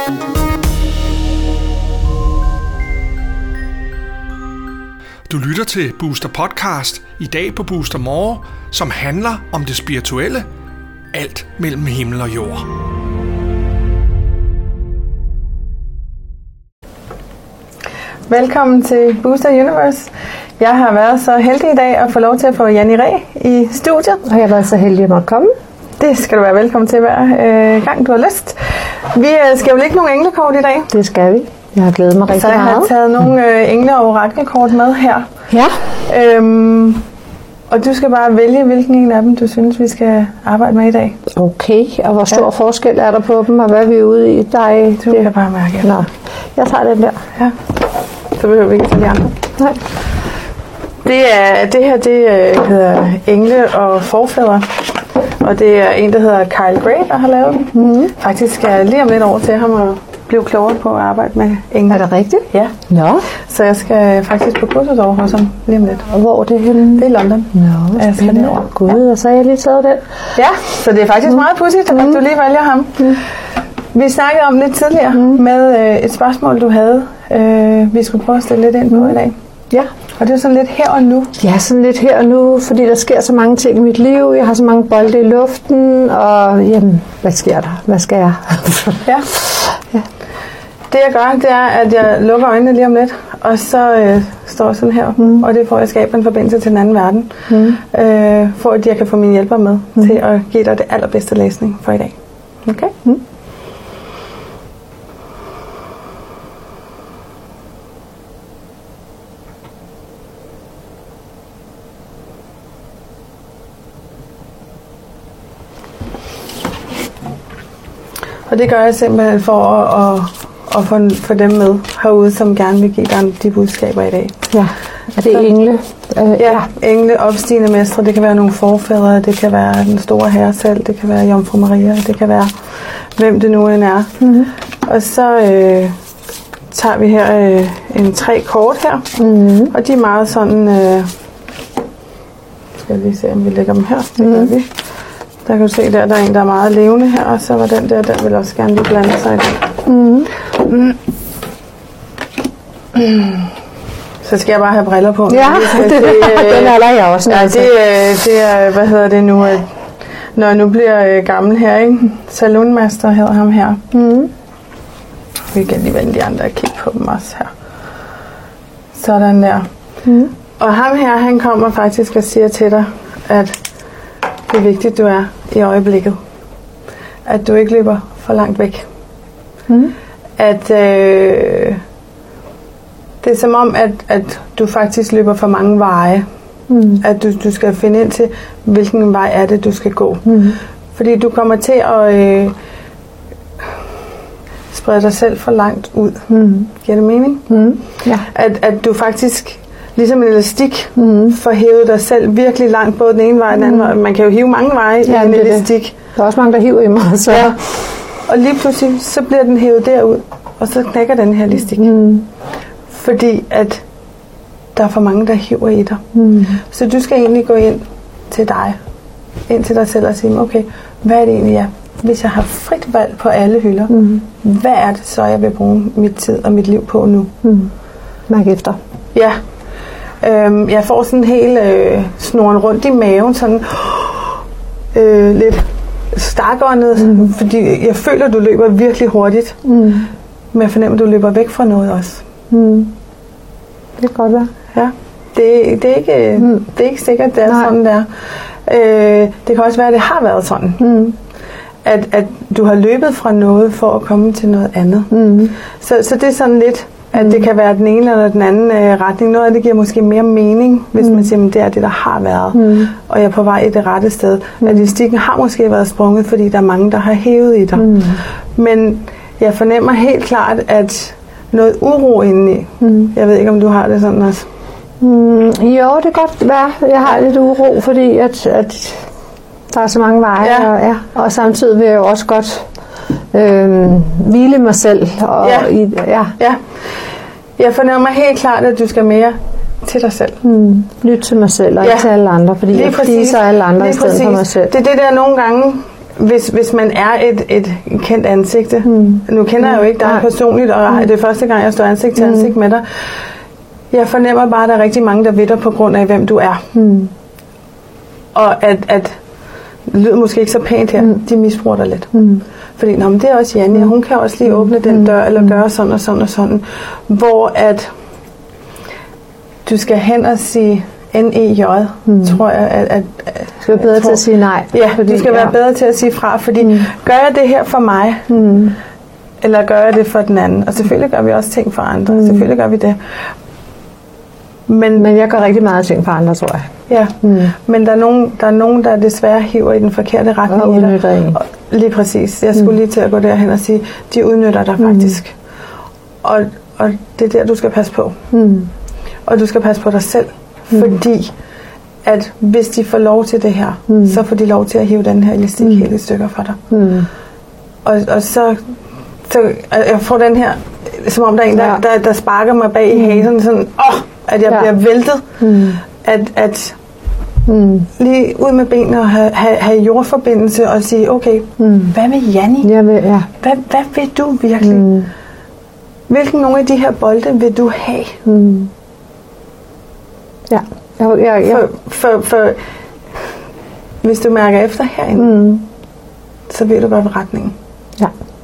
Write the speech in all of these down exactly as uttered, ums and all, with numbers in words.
Du lytter til Booster Podcast, i dag på Booster More, som handler om det spirituelle, alt mellem himmel og jord. Velkommen til Booster Universe. Jeg har været så heldig i dag at få lov til at få Janni Ræ i studiet. Og jeg har været så heldig at måtte komme. Det skal du være velkommen til hver øh, gang, du har lyst. Vi øh, skal jo lægge nogle englekort i dag. Det skal vi. Jeg har glædet mig rigtig meget. Så jeg har taget nogle øh, engle- og orakelkort med her. Ja. Øhm, og du skal bare vælge, hvilken en af dem, du synes, vi skal arbejde med i dag. Okay, og hvor stor ja. forskel er der på dem, og hvad er vi ude i? Dig, du det. kan bare mærke. Nå, jeg tager den der. Ja. Så behøver vi ikke tage de andre. Nej. Det, er, det her, det øh, hedder Engle og Forfædre. Og det er en, der hedder Kyle Gray, der har lavet den. Mm-hmm. Faktisk skal jeg lige om lidt over til ham og blive klogere på at arbejde med engle. Er det rigtigt? Ja. Nå. Så jeg skal faktisk på kursus over hos ham lige om lidt. Og hvor er det henne? Det er i London. Nå, jeg skal derover. Gud, og så har jeg lige taget den. Ja, så det er faktisk mm. meget pudsigt, at mm. du lige vælger ham. Mm. Vi snakkede om lidt tidligere mm. med øh, et spørgsmål, du havde. Øh, vi skulle prøve at stille lidt ind på mm. i dag. Ja. Og det er sådan lidt her og nu. Ja, sådan lidt her og nu, fordi der sker så mange ting i mit liv. Jeg har så mange bolde i luften, og jamen, hvad sker der? Hvad skal jeg? ja. ja. Det jeg gør, det er, at jeg lukker øjnene lige om lidt, og så øh, står jeg sådan her, mm. og det får jeg skabe en forbindelse til den anden verden, mm. øh, for at jeg kan få mine hjælper med mm. til at give dig det allerbedste læsning for i dag. Okay? Mm. Og det gør jeg simpelthen for at, at, at få, få dem med herude, som gerne vil give dig de budskaber i dag. Ja, er det engle? Øh, ja, engle, opstigende mestre. Det kan være nogle forfædre, det kan være den store herre selv, det kan være Jomfru Maria, det kan være hvem det nu end er. Mm-hmm. Og så øh, tager vi her øh, en tre kort her, mm-hmm. og de er meget sådan... Øh, skal jeg lige se, om vi lægger dem her. Det mm-hmm. gør vi. Der kan du se, der, der er en, der er meget levende her, og så var den der, den vil også gerne lige blande sig i det. Mm. Mm. Mm. Så skal jeg bare have briller på. Ja, det, det, det, den er jeg også. Ja, altså. det, det er, hvad hedder det nu, at når jeg nu bliver gammel her, ikke? Saloonmaster hedder ham her. Mm. Vi kan lige vende de andre og kigge på dem også her. Sådan der. Mm. Og ham her, han kommer faktisk og siger til dig, at det er vigtigt, du er i øjeblikket. At du ikke løber for langt væk. Mm. At øh, det er som om, at, at du faktisk løber for mange veje. Mm. At du, du skal finde ind til, hvilken vej er det, du skal gå. Mm. Fordi du kommer til at øh, sprede dig selv for langt ud. Mm. Giver det mening? Mm. Ja. At, at du faktisk... Ligesom en elastik, mm. for at hæve dig selv virkelig langt, både den ene vej og den anden vej. Man kan jo hive mange veje ja, i en elastik. Det. Der er også mange, der hiver i mig. Så. Ja. Og lige pludselig, så bliver den hævet derud, og så knækker den her elastik. Mm. Fordi at der er for mange, der hiver i dig. Mm. Så du skal egentlig gå ind til dig, ind til dig selv og sige, okay, hvad er det egentlig, jeg, hvis jeg har frit valg på alle hylder, mm. hvad er det så, jeg vil bruge mit tid og mit liv på nu? Mm. Mærk efter. Ja. Øhm, jeg får sådan helt øh, snoren rundt i maven, sådan øh, lidt stakåndet, mm. fordi jeg føler, at du løber virkelig hurtigt, mm. men jeg fornemmer, at du løber væk fra noget også. Mm. Det kan godt være. Ja, det, det, er, ikke, mm. det er ikke sikkert, det er Nej. sådan der. Øh, det kan også være, at det har været sådan. Mm. At, at du har løbet fra noget for at komme til noget andet. Mm. Så, så det er sådan lidt... At det kan være den ene eller den anden øh, retning. Noget af det giver måske mere mening, hvis mm. man siger, at det er det, der har været. Mm. Og jeg er på vej i det rette sted. Mm. At elastikken har måske været sprunget, fordi der er mange, der har hævet i dig. Mm. Men jeg fornemmer helt klart, at noget uro indeni. Mm. Jeg ved ikke, om du har det sådan også. Mm, jo, det kan godt være. Jeg har lidt uro, fordi at, at der er så mange veje. Ja. Og, ja. og samtidig vil jeg jo også godt øh, hvile mig selv. Og ja. I, ja. ja. Jeg fornemmer helt klart, at du skal mere til dig selv. Mm. Lyt til mig selv, og ja. ikke til alle andre, fordi lige jeg pleaser alle andre i stedet for mig selv. Det er det der nogle gange, hvis, hvis man er et, et kendt ansigt, mm. nu kender jeg jo ikke dig Nej. personligt, og mm. det er første gang, jeg står ansigt til ansigt mm. med dig. Jeg fornemmer bare, at der er rigtig mange, der ved dig på grund af, hvem du er. Mm. Og at, at det lyder måske ikke så pænt her, mm. de misbruger dig lidt. Mm. Fordi, nå, men det er også Janni, og hun kan også lige åbne mm. den dør, eller gøre sådan og sådan og sådan. Hvor at du skal hen og sige N E J, mm. tror jeg, at... at du skal være bedre tror, til at sige nej. Ja, fordi, du skal være ja. bedre til at sige fra, fordi mm. gør jeg det her for mig, mm. eller gør jeg det for den anden? Og selvfølgelig gør vi også ting for andre, mm. selvfølgelig gør vi det. Men, men jeg gør rigtig meget ting for andre, tror jeg. Ja, mm. men der er, nogen, der er nogen, der desværre hiver i den forkerte retning. Og udnytter en. Lige præcis. Jeg skulle mm. lige til at gå derhen og sige, de udnytter dig mm. faktisk. Og, og det er der, du skal passe på. Mm. Og du skal passe på dig selv. Mm. Fordi at hvis de får lov til det her, mm. så får de lov til at hive den her elastik mm. helt i stykker fra dig. Mm. Og, og så, så jeg får den her, som om der er en, der, ja. der, der sparker mig bag i hasen, sådan, åh, at jeg ja. bliver væltet. Mm. At, at mm. lige ud med benene og have, have, have jordforbindelse og sige, okay, mm. hvad med Janni? Jeg vil, ja. hvad, hvad vil du virkelig? Mm. Hvilken nogle af de her bolde vil du have? Mm. Ja. Jeg, jeg, jeg. For, for, for hvis du mærker efter herinde, mm. så ved du godt retningen. Ja.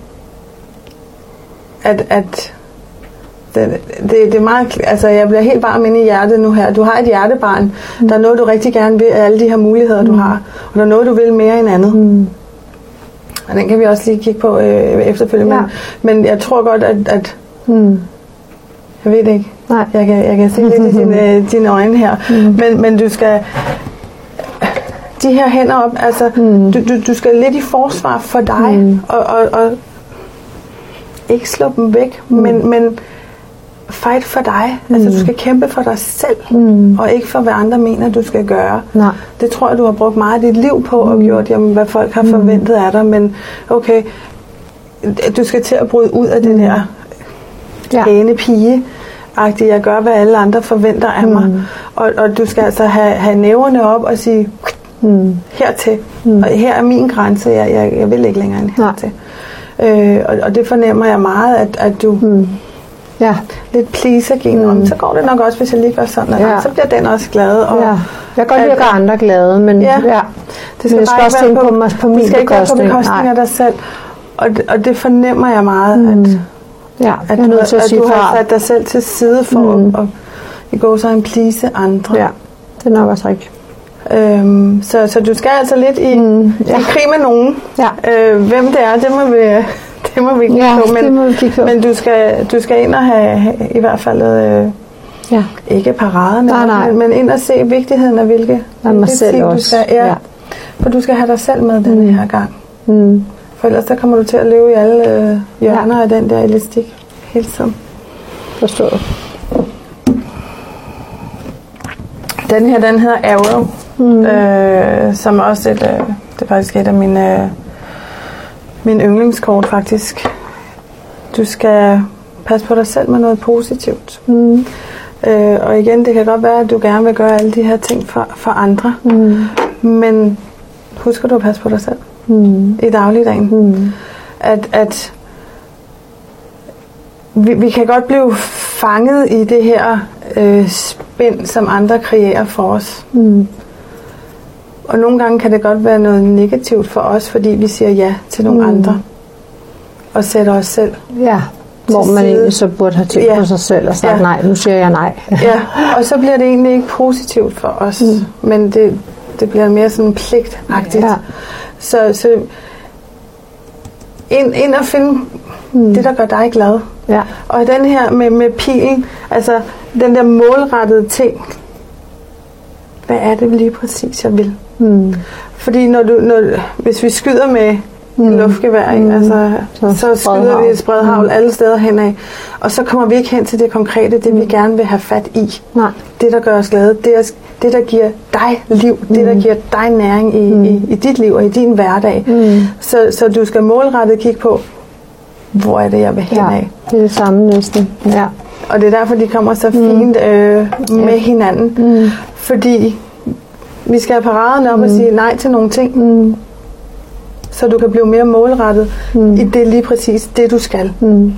At, at det, det, det er meget, altså jeg bliver helt varm inde i hjertet nu her. Du har et hjertebarn. Mm. Der er noget, du rigtig gerne vil af alle de her muligheder, mm. du har. Og der er noget, du vil mere end andet. Mm. Og den kan vi også lige kigge på øh, efterfølgende. Ja. Men, men jeg tror godt, at, at mm. jeg ved det ikke. Nej. Jeg kan, jeg kan se lidt i dine, dine øjne her. Mm. Men, men du skal de her hænder op, altså mm. du, du, du skal lidt i forsvar for dig, mm. og, og, og ikke slå dem væk, mm. men, men fight for dig. Mm. Altså du skal kæmpe for dig selv, mm. og ikke for hvad andre mener, du skal gøre. Nej. Det tror jeg, du har brugt meget af dit liv på, mm. og gjort, jamen, hvad folk har forventet af dig, men okay, du skal til at bryde ud af mm. den her ja. pæne pige, agtigt, jeg gør, hvad alle andre forventer af mig. Mm. Og, og du skal altså have, have næverne op og sige, mm. hertil. Mm. Og her er min grænse, jeg, jeg, jeg vil ikke længere end hertil. Øh, og, og det fornemmer jeg meget, at, at du mm. ja. lidt pleaser gen mm. om. Så går det nok også, hvis jeg lige gør sådan, og ja. så bliver den også glad. Og ja. Jeg kan godt lide at gøre andre glade, men ja. ja. Det skal, men bare også tænke på, på, på min bekostning. Det skal ikke være på bekostning Nej. af dig selv. Og, og det fornemmer jeg meget, mm. at Ja, at, du, at, at du har sat dig selv til side for mm. at, at gå så en please andre. Ja, det er nok også rigtigt. Øhm, så, så du skal altså lidt i, mm. ja. i krig med nogen. Ja. Øh, hvem det er, det må vi, det må vi kigge ja, på. Men, det må vi kigge på. Men du skal, du skal ind og have, have i hvert fald øh, ja. ikke paraderne, nej, nej. Men, men ind og se vigtigheden af hvilke, hvilke ting selv du også. skal. Ja. Ja. For du skal have dig selv med mm. denne her gang. Mm. For ellers der kommer du til at leve i alle øh, hjørner ja. af den der elastik. Helt som. Forstået. Den her, den hedder Arrow, mm. øh, som også et, øh, det er faktisk et af mine, øh, mine yndlingskort faktisk. Du skal passe på dig selv med noget positivt. Mm. Øh, og igen, det kan godt være, at du gerne vil gøre alle de her ting for, for andre, mm. men husk du at passe på dig selv mm. i dagligdagen. Mm. At, at Vi, vi kan godt blive fanget i det her øh, spænd, som andre kreerer for os. Mm. Og nogle gange kan det godt være noget negativt for os, fordi vi siger ja til nogle mm. andre. Og sætter os selv ja, hvor man side. Egentlig så burde have tænkt ja. på sig selv og sagt ja. nej, nu siger jeg nej. ja, og så bliver det egentlig ikke positivt for os, mm. men det, det bliver mere sådan pligtagtigt. Ja. Så, så ind, ind og finde mm. det, der gør dig glad. Ja. Og den her med, med pilen, altså den der målrettede ting, hvad er det lige præcis, jeg vil? Mm. Fordi når du, når, hvis vi skyder med mm. luftgevær, mm. altså, så, så skyder vi et spredhavl mm. alle steder henad, og så kommer vi ikke hen til det konkrete, det mm. vi gerne vil have fat i. Nej. Det, der gør os glade, det, er, det der giver dig liv, mm. det, der giver dig næring i, mm. i, i dit liv og i din hverdag. Mm. Så, så du skal målrettet kigge på, hvor er det, jeg vil hen af. Ja, det er det samme næsten. Ja. Og det er derfor, de kommer så fint øh, med ja. hinanden. Mm. Fordi vi skal have paraderne op mm. og sige nej til nogle ting, mm. så du kan blive mere målrettet mm. i det lige præcis det, du skal. Mm.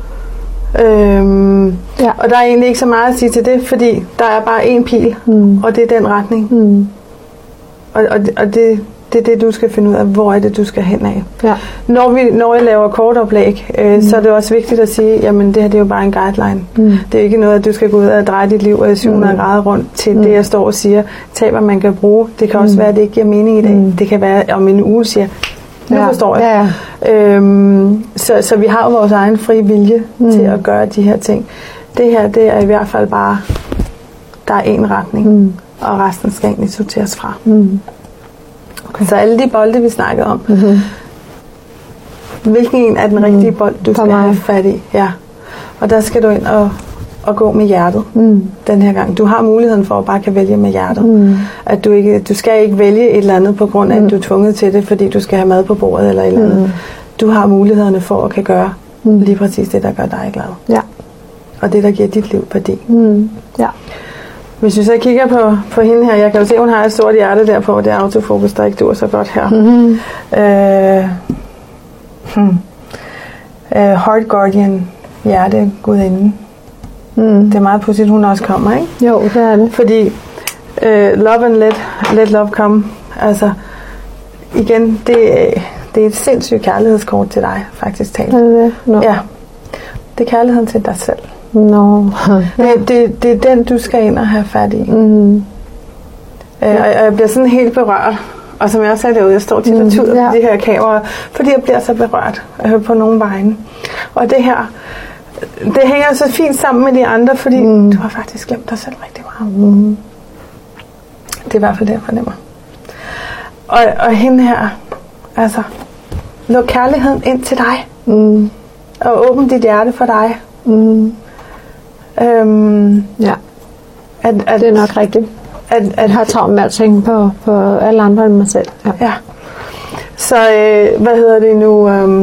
Øhm, ja. Og der er egentlig ikke så meget at sige til det, fordi der er bare én pil, mm. og det er den retning. Mm. Og, og, og det, det er det, du skal finde ud af, hvor er det, du skal hen af. Ja. Når, vi, når jeg laver kortoplæg, øh, mm. så er det også vigtigt at sige, jamen det her det er jo bare en guideline. Mm. Det er ikke noget, at du skal gå ud og dreje dit liv syv hundrede mm. grader rundt til mm. det, jeg står og siger. Tag, hvad man kan bruge. Det kan også mm. være, at det ikke giver mening i dag. Mm. Det kan være, om en uge siger, nu ja. forstår jeg. Ja. Øhm, så, så vi har jo vores egen fri vilje mm. til at gøre de her ting. Det her, det er i hvert fald bare, der er en retning, mm. og resten skal egentlig sorteres fra. Mm. Okay. Så alle de bolde, vi snakkede om, mm-hmm. hvilken en er den rigtige bold, du skal have fat i? Ja. Og der skal du ind og, og gå med hjertet mm. den her gang. Du har muligheden for at bare kan vælge med hjertet. Mm. At du, ikke, du skal ikke vælge et eller andet på grund af, mm. at du er tvunget til det, fordi du skal have mad på bordet eller et eller andet. Mm. Du har mulighederne for at kan gøre mm. lige præcis det, der gør dig glad. Ja. Og det, der giver dit liv værdi. Mm. Ja. Hvis vi så kigger på, på hende her, jeg kan jo se, hun har et stort hjerte der på, det er autofokus, der ikke dur så godt her. Mm-hmm. Øh, hmm. øh, Heart Guardian, hjerte gudinde. Mm. Det er meget pudsigt, hun også kommer, ikke? Jo, det er det. Fordi øh, love and let, let love come, altså igen, det, det er et sindssygt kærlighedskort til dig, faktisk talt. Er det det? No. Ja, det er kærligheden til dig selv. No. det, det, det er den, du skal ind og have fat i. Mm. Øh, ja. og, og jeg bliver sådan helt berørt. Og som jeg også sagde derude, jeg står til at tude mm, ja. de her kameraer, fordi jeg bliver så berørt øh, på nogle vegne. Og det her, det hænger så fint sammen med de andre, fordi mm. du har faktisk glemt dig selv rigtig meget. Mm. Det er i hvert fald det, jeg fornemmer. Og, og hende her, altså, luk kærligheden ind til dig. Mm. Og åbn dit hjerte for dig. Mm. Øhm, ja, at, at, det er nok rigtigt. At, at, at have travlt med at tænke på, på alle andre end mig selv. Ja. ja. Så øh, hvad hedder det nu? Øhm,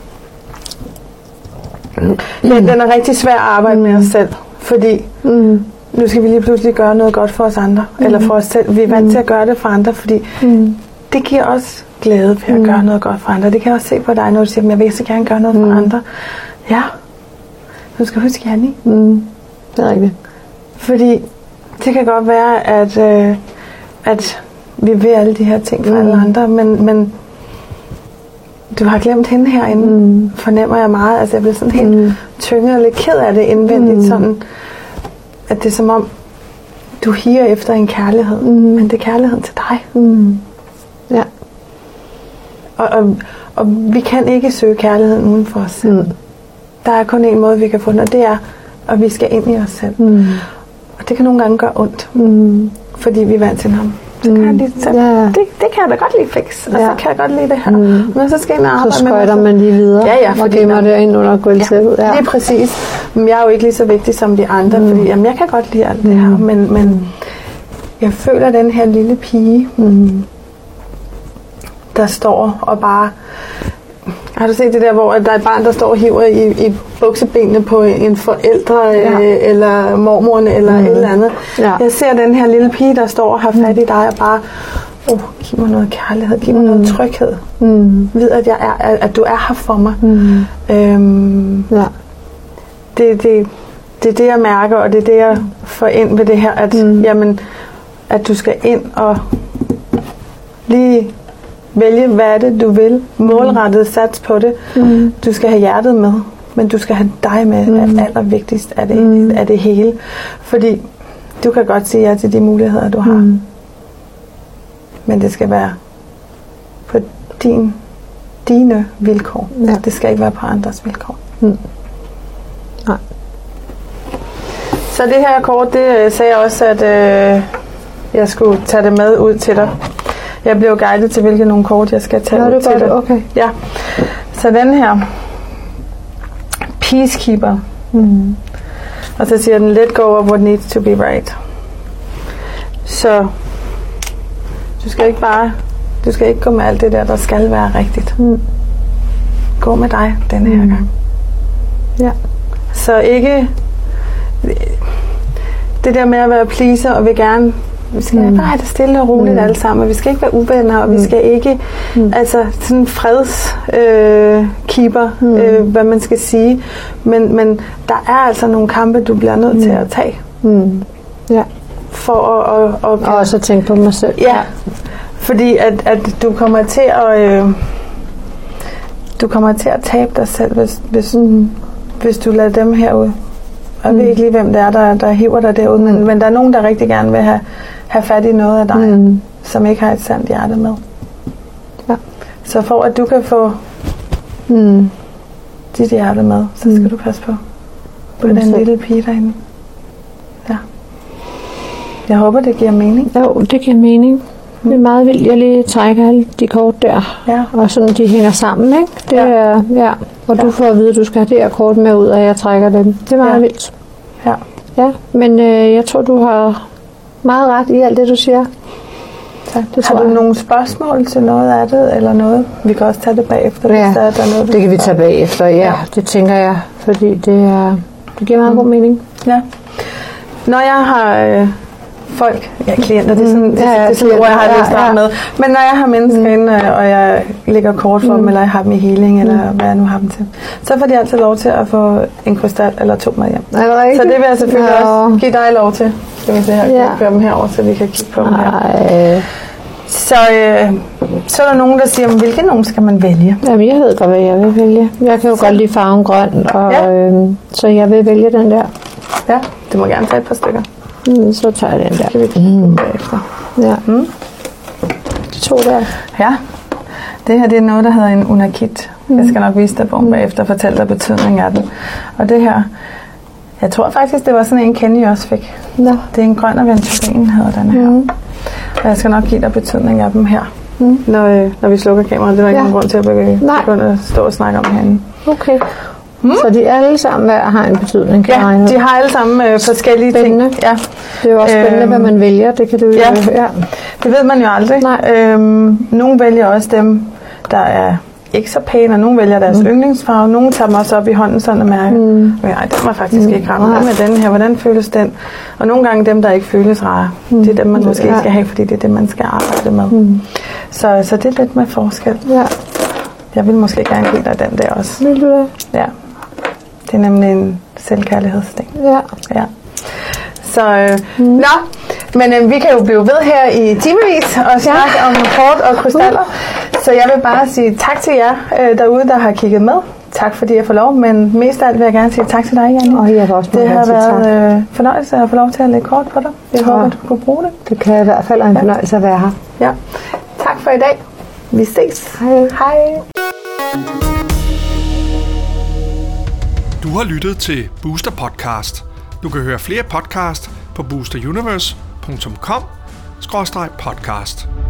mm. ja, den er rigtig svær at arbejde mm. med os selv, fordi mm. nu skal vi lige pludselig gøre noget godt for os andre, mm. eller for os selv. Vi er vant mm. til at gøre det for andre, fordi mm. det giver os glæde ved at mm. gøre noget godt for andre. Det kan jeg også se på dig, når du siger, at jeg vil så gerne gøre noget mm. for andre. Ja. Du skal huske Janni. Mm. Det er rigtigt. Fordi det kan godt være, at, øh, at vi vil alle de her ting for mm. alle andre, men, men du har glemt hende herinde, mm. fornemmer jeg meget. Altså jeg bliver sådan helt mm. tynget og lidt ked af det indvendigt, mm. sådan, at det er som om, du higer efter en kærlighed, mm. men det er kærligheden til dig. Mm. Ja. Og, og, og vi kan ikke søge kærligheden uden for os selv. Mm. Der er kun en måde, vi kan få den, og det er, at vi skal ind i os selv. Mm. Og det kan nogle gange gøre ondt, mm. fordi vi er vant til ham. Så kan mm. jeg lige, så, yeah. det, det kan jeg da godt lige fikse, og ja. så kan jeg godt lide det her. Mm. Men så skal jeg ind og arbejde med Så skøjter man lige videre, ja, ja, og gemmer det ind under gulvtæppet. Ja, lige præcis. Men jeg er jo ikke lige så vigtig som de andre, mm. fordi jamen, jeg kan godt lide alt det her, mm. men, men jeg føler den her lille pige, mm. der står og bare... Har du set det der, hvor der er et barn, der står og hiver i, i buksebenene på en forældre, ja. øh, eller mormoren, eller mm. et eller andet. Ja. Jeg ser den her lille pige, der står og har fat i dig, og bare, åh, oh, giv mig noget kærlighed, giv mig mm. noget tryghed. Mm. Vid, at, jeg er, at du er her for mig. Mm. Øhm, ja. det, det, det er det, jeg mærker, og det er det, jeg får ind ved det her, at, mm. jamen, at du skal ind og lige... vælge, hvad er det, du vil. Målrettet sats på det. Mm. Du skal have hjertet med, men du skal have dig med. Mm. Allervigtigst er det, mm. er det hele. Fordi du kan godt sige ja til de muligheder, du har. Mm. Men det skal være på din, dine vilkår. Ja. Det skal ikke være på andres vilkår. Mm. Nej. Så det her kort, det sagde jeg også, at øh, jeg skulle tage det med ud til dig. Jeg blev guidet til, hvilke nogle kort, jeg skal tage Nå, ud til det. Okay. Ja. Så den her. Peacekeeper. Mm. Og så siger den, let go of what needs to be right. Så du skal ikke bare, du skal ikke gå med alt det der, der skal være rigtigt. Mm. Gå med dig denne her mm. gang. Ja. Så ikke det der med at være pleaser og vil gerne Vi skal mm. bare have det stille og roligt mm. alle sammen, og vi skal ikke være uvenner, og mm. vi skal ikke, mm. altså sådan en fredskeeper, øh, mm. øh, hvad man skal sige. Men, men der er altså nogle kampe, du bliver nødt mm. til at tage. Mm. Ja. For at, at, at, og også at tænke på mig selv. Ja, fordi at, at du kommer til at, øh, du kommer til at tabe dig selv, hvis, hvis, mm. hvis du lader dem herude. Jeg mm. ved ikke lige, hvem det er, der, der hiver dig derude, mm. men, men der er nogen, der rigtig gerne vil have, have fat i noget af dig, mm. som ikke har et sandt hjerte med. Ja. Så for at du kan få mm. dit hjerte med, så skal mm. du passe på, på mm. den selv. Lille pige derinde. Ja. Jeg håber, det giver mening. Jo, det giver mening. Mm. Det er meget vildt, jeg lige trækker alle de kort der, ja. Og sådan de hænger sammen, ikke? Det ja. Er, ja. Og ja. Du får at vide, at du skal have det her kort med ud, og jeg trækker dem. Det er meget ja. Vildt. Ja. Ja, men øh, jeg tror, du har meget ret i alt det, du siger. Tak. Det har du jeg. Nogle spørgsmål til noget af det, eller noget? Vi kan også tage det bagefter, ja. Hvis der er der noget, det kan vi tage bagefter, ja. Ja. Det tænker jeg, fordi det, er, det giver meget mm. god mening. Ja. Når jeg har... Øh, folk, ja, klienter, det er sådan, mm, det, ja, det er sådan ord, jeg har lyst ja, ja. Med. Men når jeg har mennesker mm. inde, og jeg lægger kort for mm. dem, eller jeg har dem i healing, eller mm. hvad jeg nu har dem til, så får de altid lov til at få en krystal eller to med hjem. Så det vil jeg selvfølgelig ja. Også give dig lov til. Skal vi se her, ja. Køre dem herover, så vi kan kigge på dem her. Så, øh, så er der nogen, der siger, hvilke nogen skal man vælge? Jamen, jeg ved godt, hvad jeg vil vælge. Jeg kan jo så. Godt lide farven grøn, og, ja. øh, så jeg vil vælge den der. Ja, du må gerne tage et par stykker. Mm, så tager jeg den der. Kan vi kigge mm. bagefter. Ja. Mm. De to der. Ja. Det her, det er noget, der hedder en unakit. Mm. Jeg skal nok vise dig bogen mm. bagefter og fortælle dig betydningen af den. Og det her, jeg tror faktisk, det var sådan en, Kenny også fik. Ja. Det er en grøn aventurin, hedder den her. Mm. Og jeg skal nok give dig betydningen af dem her. Mm. Når, når vi slukker kameraet. Det er der ikke ja. Nogen grund til at begynde at stå og snakke om herinde. Okay. Mm. Så de alle sammen hver har en betydning, kan ja, regne. De har alle sammen øh, forskellige spændende. ting. Ja. Det er jo også spændende, øhm, hvad man vælger. Det kan du ja. jo ja. Det ved man jo aldrig. Øhm, nogle vælger også dem, der er ikke så pæne, og nogle vælger deres mm. yndlingsfarve. Nogle tager dem også op i hånden sådan og mærker, mm. ja, den var faktisk mm. ikke ramt. Hvad med den her? Hvordan føles den? Og nogle gange dem, der ikke føles rare, mm. det er dem, man måske ja. Skal have, fordi det er det, man skal arbejde med. Mm. Så, så det er lidt med forskel. Ja. Jeg vil måske gerne give dig den der også. Vil du det? Ja. Det er nemlig en selvkærlighedsting. Ja. Ja. Så, øh, mm. nå, men øh, vi kan jo blive ved her i timevis og snakke ja. Om kort og krystaller. Mm. Så jeg vil bare sige tak til jer øh, derude, der har kigget med. Tak fordi jeg får lov, men mest af alt vil jeg gerne sige tak til dig, Janne. Og jeg vil også det har været øh, fornøjelse at få lov til at lægge kort på dig. Jeg ja. Håber, du kunne bruge det. Det kan i hvert fald være en ja. Fornøjelse at være her. Ja. Tak for i dag. Vi ses. Hej. Hej. Du har lyttet til Booster Podcast. Du kan høre flere podcast på booster universe punktum com skråstreg podcast.